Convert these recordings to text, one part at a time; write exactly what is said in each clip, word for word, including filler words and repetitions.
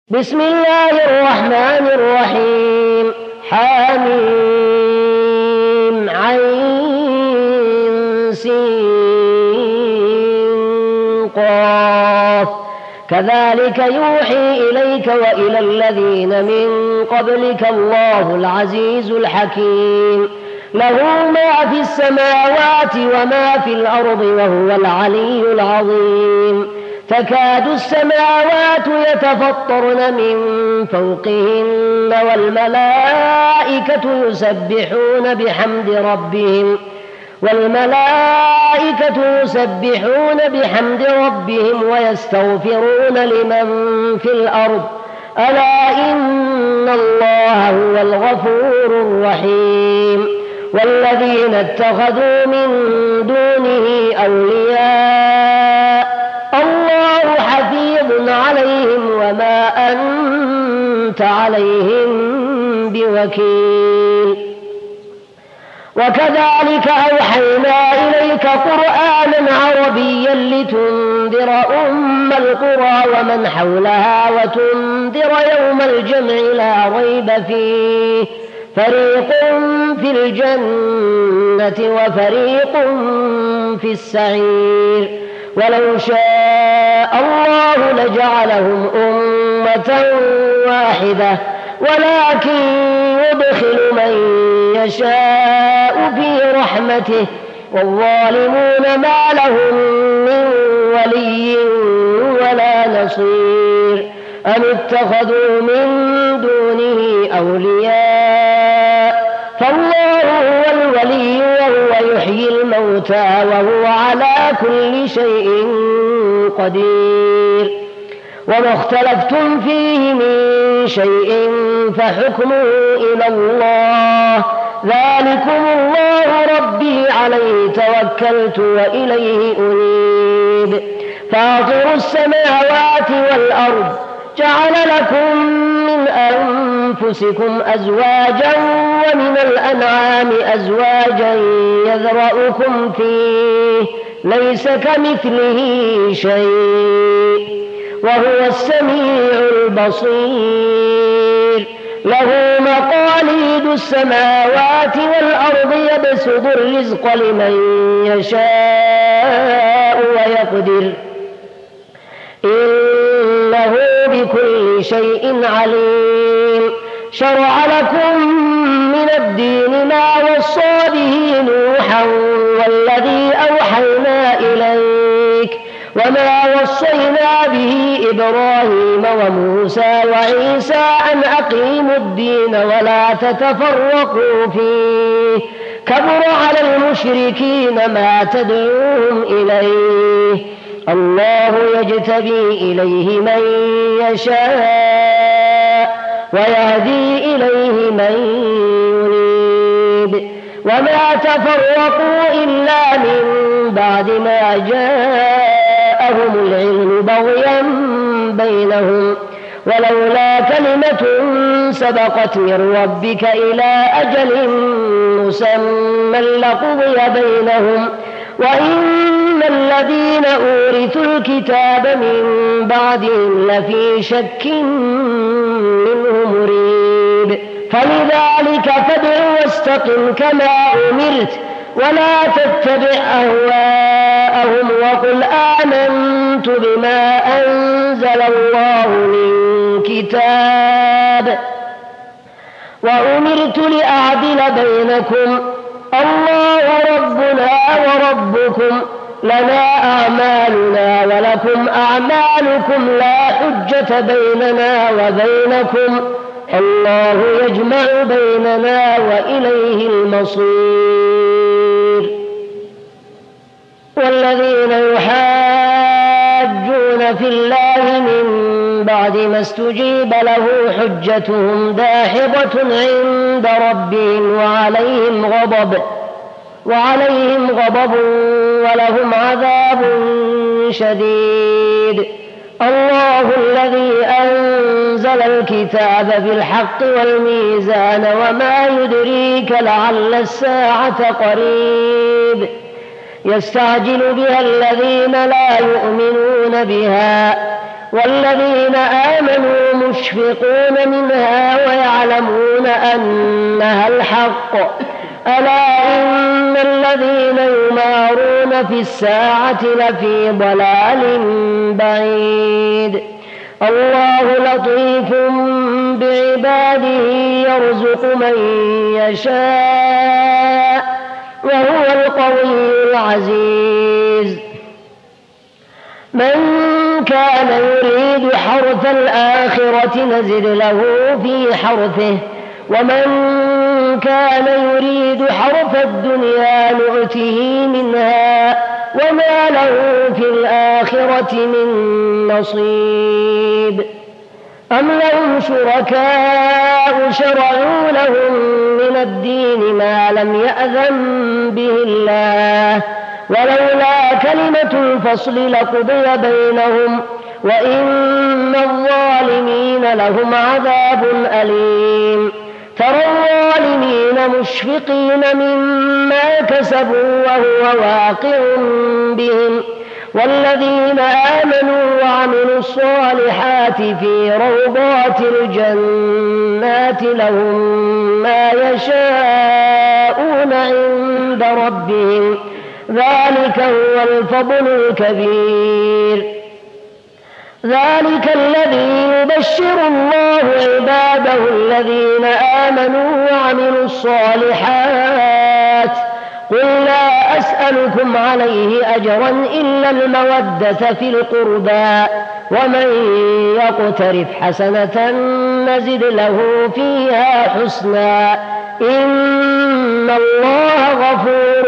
بسم الله الرحمن الرحيم حميم عين سين قاف كذلك يوحي إليك وإلى الذين من قبلك الله العزيز الحكيم له ما في السماوات وما في الأرض وهو العلي العظيم تكاد السماوات يتفطرن من فوقهن والملائكة يسبحون بحمد ربهم والملائكة يسبحون بحمد ربهم ويستغفرون لمن في الأرض ألا إن الله هو الغفور الرحيم والذين اتخذوا من دونه أولياء الله حفيظ عليهم وما أنت عليهم بوكيل وكذلك أوحينا إليك قرآنا عربيا لتنذر أم القرى ومن حولها وتنذر يوم الجمع لا ريب فيه فريق في الجنة وفريق في السعير ولو شاء الله لجعلهم أمة واحدة ولكن يدخل من يشاء في رحمته والظالمون ما لهم من ولي ولا نصير أم اتخذوا من دونه أولياء فالله هو الولي وهو يحيي الموتى وهو على كل شيء قدير وما اختلفتم فيه من شيء فحكمه إلى الله ذلكم الله ربي عليه توكلت وإليه أنيب فاطر السماوات والأرض جعل لكم من أنفسكم أزواجا ومن الأنعام أزواجا يذرأكم فيه ليس كمثله شيء وهو السميع البصير له مقاليد السماوات والأرض يبسط الرزق لمن يشاء ويقدر إنه بكل شيء عليم شرع لكم من الدين ما وصى به نوحا والذي أوحينا إليك وما وصينا به إبراهيم وموسى وعيسى أن أقيموا الدين ولا تتفرقوا فيه كبر على المشركين ما تدعوهم إليه الله يجتبي إليه من يشاء ويهدي إليه من يريد وما تفرقوا إلا من بعد ما جاءهم العلم بغيا بينهم ولولا كلمة سبقت من ربك إلى أجل مسمى لقضي بينهم وإن الذين أورثوا الكتاب من بعدهم لفي شك منه مريب فلذلك فادع واستقم كما أمرت ولا تتبع أهواءهم وقل آمنت بما أنزل الله من كتاب وأمرت لأعدل بينكم الله ربنا وربكم لنا أعمالنا ولكم أعمالكم لا حجة بيننا وبينكم الله يجمع بيننا وإليه المصير والذين يحاجون في الله من بعد ما استجيب له حجتهم داحضة عند ربهم وعليهم غضب وعليهم غضب ولهم عذاب شديد الله الذي أنزل الكتاب بالحق والميزان وما يدريك لعل الساعة قريب يستعجل بها الذين لا يؤمنون بها والذين آمنوا مشفقون منها ويعلمون أنها الحق. ألا إن الذين يمارون في الساعة لفي ضلال بعيد. الله لطيف بعباده يرزق من يشاء وهو القوي العزيز. من كان يريد حرث الآخرة نزد له في حرثه ومن كان يريد حرث الدنيا نؤته منها وما له في الآخرة من نصيب. أم لهم شركاء شرعوا لهم من الدين ما لم يأذن به الله ولولا كلمة الفصل لقضي بينهم وإن الظالمين لهم عذاب أليم. ترى الظالمين مشفقين مما كسبوا وهو واقع بهم والذين آمنوا وعملوا الصالحات في روضات الجنات لهم ما يشاءون عند ربهم ذلك هو الفضل الكبير. ذلك الذي يبشر الله عباده الذين آمنوا وعملوا الصالحات. قل لا أسألكم عليه أجرا إلا المودة في القربى ومن يقترف حسنة نزد له فيها حسنا إن الله غفور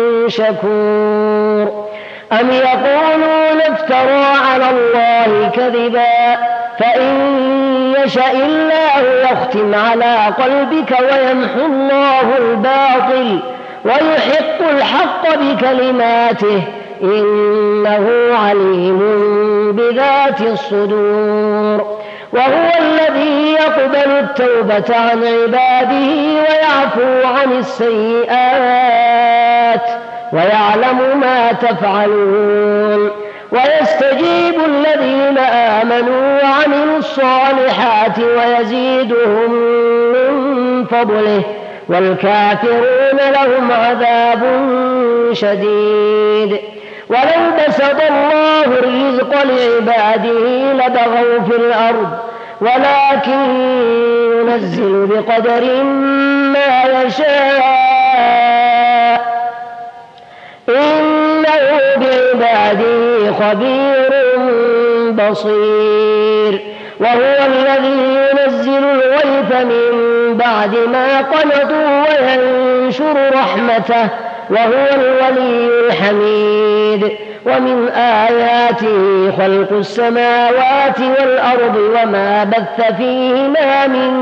شكور. أم يقولون افترى على الله كذبا فإن يشأ الله يختم على قلبك ويمحو الله الباطل ويحق الحق بكلماته إنه عليم بذات الصدور. وهو الذي يقبل التوبة عن عباده ويعفو عن السيئات ويعلم ما تفعلون ويستجيب الذين آمنوا وعملوا الصالحات ويزيدهم من فضله والكافرون لهم عذاب شديد. ولو بسط الله الرزق لعباده لبغوا في الأرض ولكن ينزل بقدر ما يشاء إنه بعباده خبير بصير. وهو الذي ينزل الغيث من بعد ما قنطوا وينشر رحمته وهو الولي الحميد. ومن آياته خلق السماوات والأرض وما بث فيهما من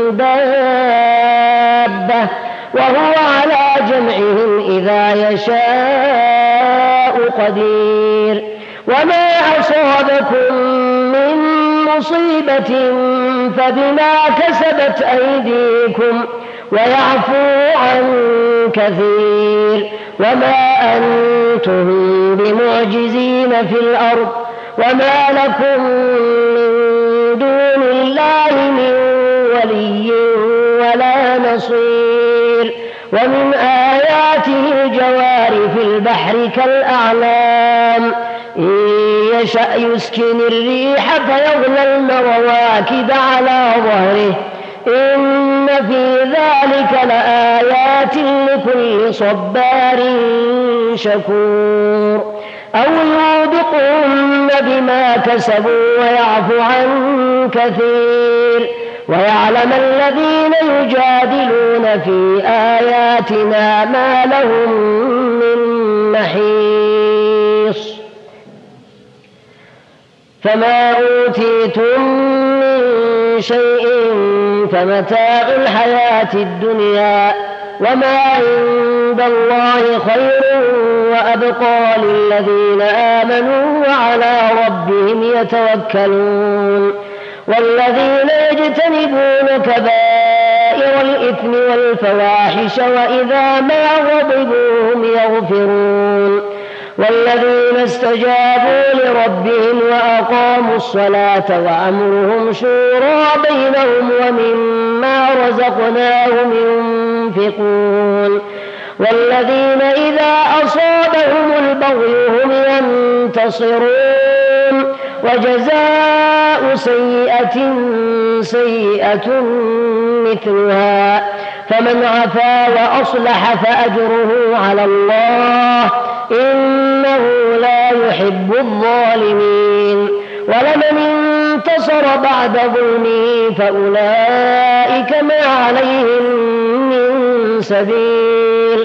دابة وهو على جمعهم إذا يشاء قدير. وما أصابكم من مصيبة فبما كسبت أيديكم ويعفو عن كثير. وما أنتم بمعجزين في الأرض وما لكم من دون الله من ولي ولا نصير. ومن آياته الجوار في البحر كالأعلام إن يشأ يسكن الريح فيظللن رواكد على ظهره إن في ذلك لآيات لكل صبار شكور. أو يوبقهن بما كسبوا ويعفو عن كثير ويعلم الذين يجادلون في آياتنا ما لهم من محيص. فما أوتيتم من شيء فمتاع الحياة الدنيا وما عند الله خير وأبقى للذين آمنوا وعلى ربهم يتوكلون. والذين يجتنبون كبائر الإثم والفواحش وإذا ما غضبوا هم يغفرون. والذين استجابوا لربهم وأقاموا الصلاة وأمرهم شورى بينهم ومما رزقناهم ينفقون والذين إذا أصابهم البغي هم ينتصرون وجزاء سيئة سيئة مثلها فمن عفا وأصلح فأجره على الله إنه لا يحب الظالمين ولمن انتصر بعد ظلمه فأولئك ما عليهم من سبيل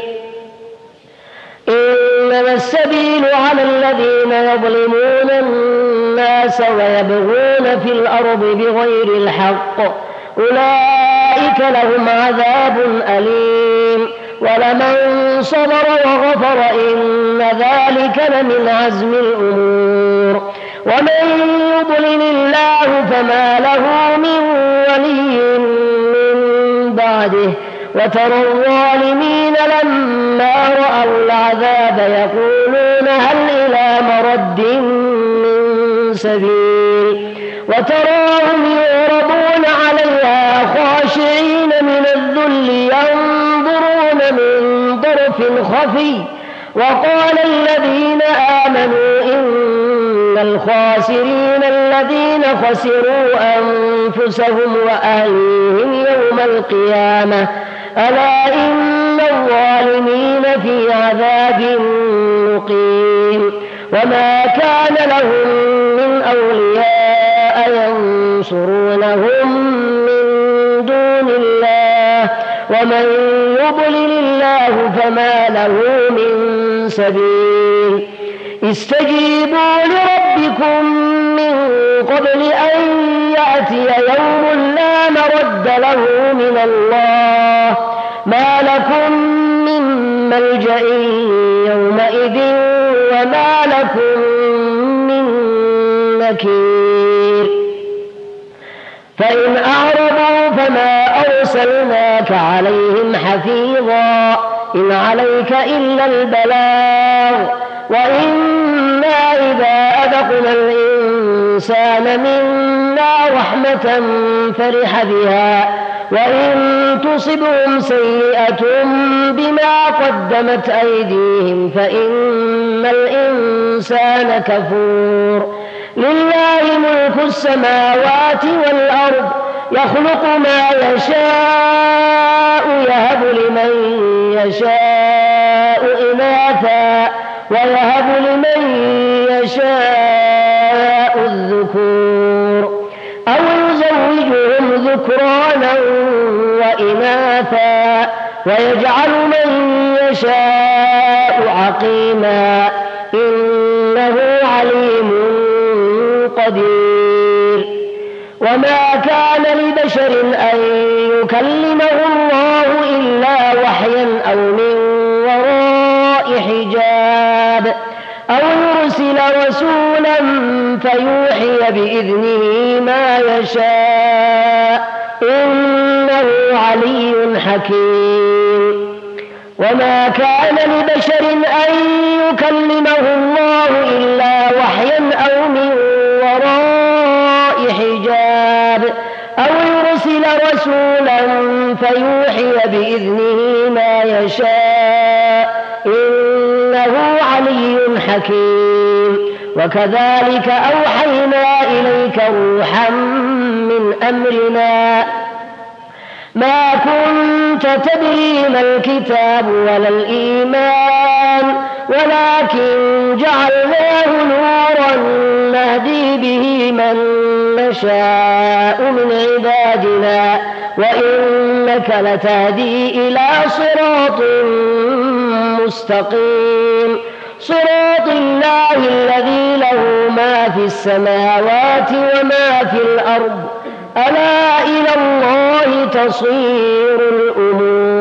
إنما السبيل على الذين يظلمون الناس ويبغون في الأرض بغير الحق أولئك لهم عذاب أليم ولمن صبر وغفر إن ذلك لمن عزم الأمور ومن يضلل الله فما له من ولي من بعده وترى الظالمين لما رأوا العذاب يقولون هل إلى مرد من سبيل وتراهم يعرضون عليها خاشعين من الذل ينظرون من طرف خفي وقال الذين آمنوا إن الخاسرين الذين خسروا أنفسهم وأهليهم يوم القيامة ألا إن الظالمين في عذاب مقيم وما كان لهم من أولياء ينصرونهم من دون الله ومن يضلل الله فما له من سبيل استجيبوا لربكم من قبل أن يأتي يوم لا مرد له من الله ما لكم من ملجأ يومئذ وما لكم من نكير فإن أعرضوا فما أرسلناك عليهم حفيظا إن عليك إلا البلاغ وإنا إذا أذقنا الإنسان منا رحمة فرح بها وإن تصبهم سيئة بما قدمت أيديهم فإن الإنسان كفور لله ملك السماوات والأرض يخلق ما يشاء يهب لمن يشاء إناثا ويهب لمن يشاء الذكور أو يزوجهم ذكرانا وإناثا ويجعل من يشاء عقيما إنه عليم قدير وما كان لبشر أن يكلمه الله إلا وحيا أو من وراء حجاب أو يرسل رسولا فيوحي بإذنه ما يشاء إنه علي حكيم وما كان لبشر أن يكلمه الله إلا وحيا أو من وراء حجاب أو يرسل رسولا فيوحي بإذنه ما يشاء إنه علي حكيم وكذلك أوحينا إليك روحا من أمرنا ما كنت تدري ما الكتاب ولا الإيمان ولكن جعلناه نورا نهدي به من نشاء من عبادنا وإنك لتهدي إلى صراط مستقيم صراط الله الذي له ما في السماوات وما في الأرض ألا إلى الله تصير الأمور